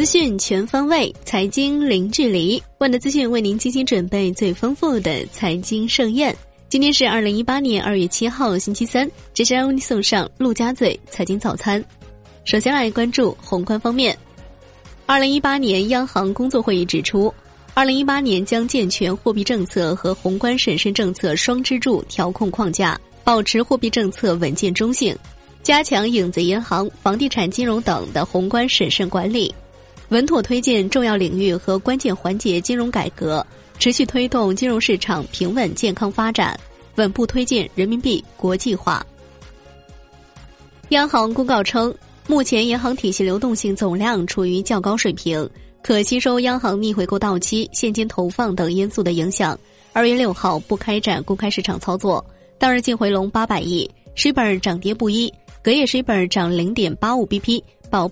资讯全方位，财经零距离。万德资讯为您精心准备最丰富的财经盛宴。今天是2018年2月7号星期三，接下来为您送上陆家嘴财经早餐。首先来关注宏观方面。2018年央行工作会议指出，2018年将健全货币政策和宏观审慎政策双支柱调控框架，保持货币政策稳健中性，加强影子银行、房地产金融等的宏观审慎管理，稳妥推进重要领域和关键环节金融改革，持续推动金融市场平稳健康发展，稳步推进人民币国际化。央行公告称，目前银行体系流动性总量处于较高水平，可吸收央行逆回购到期、现金投放等因素的影响。2月6号不开展公开市场操作，当日净回笼800亿，十本涨跌不一，隔夜十本涨 0.85 bp， 报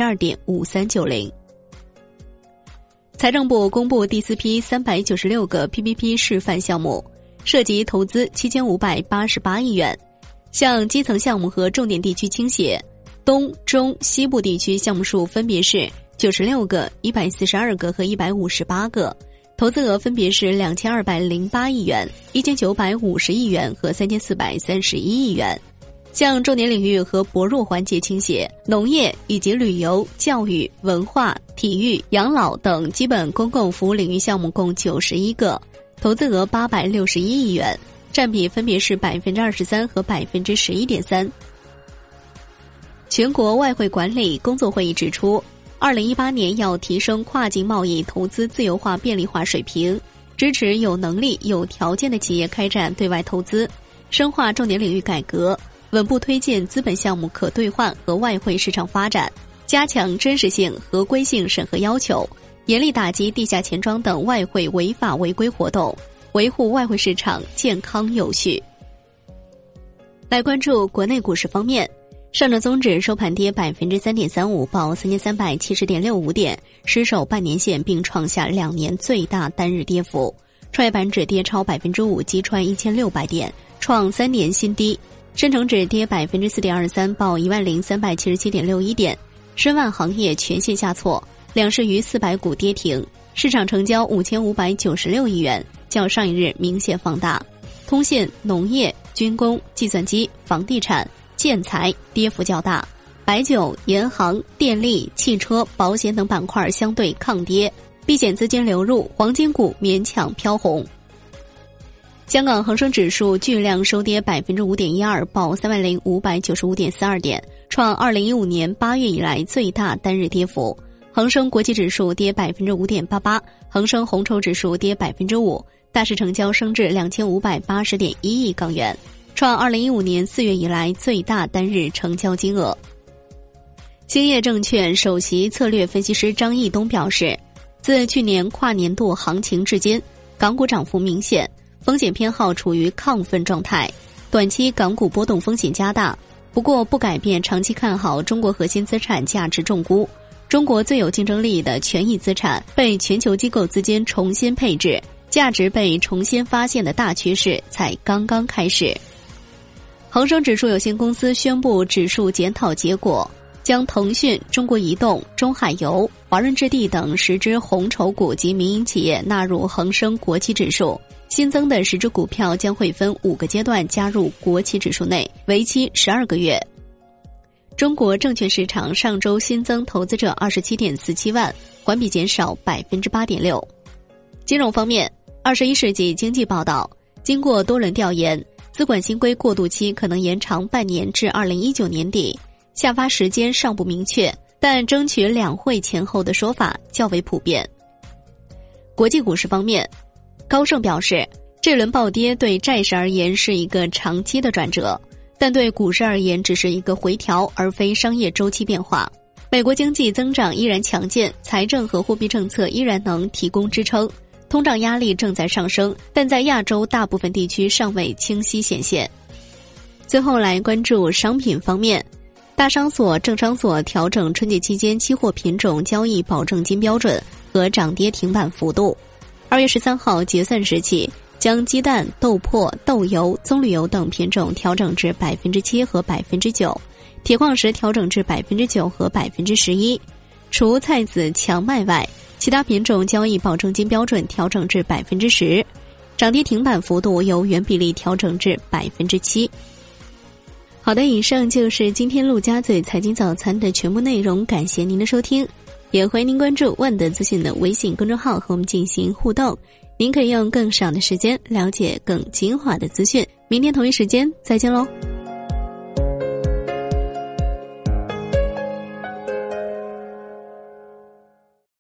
2.5390。财政部公布第4批396个 PPP 示范项目，涉及投资7588亿元，向基层项目和重点地区倾斜。东、中、西部地区项目数分别是96个、142个和158个，投资额分别是2208亿元、1950亿元和3431亿元。向重点领域和薄弱环节倾斜，农业以及旅游、教育、文化、体育、养老等基本公共服务领域项目共91个，投资额861亿元，占比分别是 23% 和 11.3%。全国外汇管理工作会议指出，2018年要提升跨境贸易投资自由化便利化水平，支持有能力有条件的企业开展对外投资，深化重点领域改革，稳步推进资本项目可兑换和外汇市场发展，加强真实性、合规性审核要求，严厉打击地下钱庄等外汇违法违规活动，维护外汇市场健康有序。来关注国内股市方面，上证综指收盘跌 3.35%， 报 3370.65 点，失守半年线并创下2年最大单日跌幅。创业板指跌超 5%， 击穿1600点，创3年新低。深成指跌 4.23%， 报 10377.61 点。申万行业全线下挫，两市逾400股跌停，市场成交5596亿元，较上一日明显放大。通信、农业、军工、计算机、房地产、建材跌幅较大，白酒、银行、电力、汽车、保险等板块相对抗跌，避险资金流入，黄金股勉强飘红。香港恒生指数巨量收跌 5.12%， 报 30,595.42 点，创2015年8月以来最大单日跌幅。恒生国际指数跌 5.88%， 恒生红筹指数跌 5%， 大市成交升至 2580.1 亿港元，创2015年4月以来最大单日成交金额。兴业证券首席策略分析师张义东表示，自去年跨年度行情至今，港股涨幅明显，风险偏好处于亢奋状态，短期港股波动风险加大，不过不改变长期看好中国核心资产价值重估。中国最有竞争力的权益资产被全球机构资金重新配置，价值被重新发现的大趋势才刚刚开始。恒生指数有限公司宣布指数检讨结果，将腾讯、中国移动、中海油、华润置地等10只红筹股及民营企业纳入恒生国企指数，新增的10只股票将会分5个阶段加入国企指数内，为期12个月。中国证券市场上周新增投资者 27.47 万，环比减少 8.6%。 金融方面，21世纪经济报道，经过多轮调研，资管新规过渡期可能延长半年至2019年底，下发时间尚不明确，但争取两会前后的说法较为普遍。国际股市方面，高盛表示，这轮暴跌对债市而言是一个长期的转折，但对股市而言只是一个回调，而非商业周期变化。美国经济增长依然强劲，财政和货币政策依然能提供支撑，通胀压力正在上升，但在亚洲大部分地区尚未清晰显现。最后来关注商品方面，大商所、政商所调整春节期间期货品种交易保证金标准和涨跌停板幅度。2月13号结算时起，将鸡蛋、豆粕、豆油、棕榈油等品种调整至 7% 和 9%， 铁矿石调整至 9% 和 11%。 除菜籽荞麦外，其他品种交易保证金标准调整至 10%， 涨跌停板幅度由原比例调整至 7%。 好的，以上就是今天陆家嘴财经早餐的全部内容，感谢您的收听，也欢迎您关注万德资讯的微信公众号和我们进行互动，您可以用更少的时间了解更精华的资讯。明天同一时间再见喽。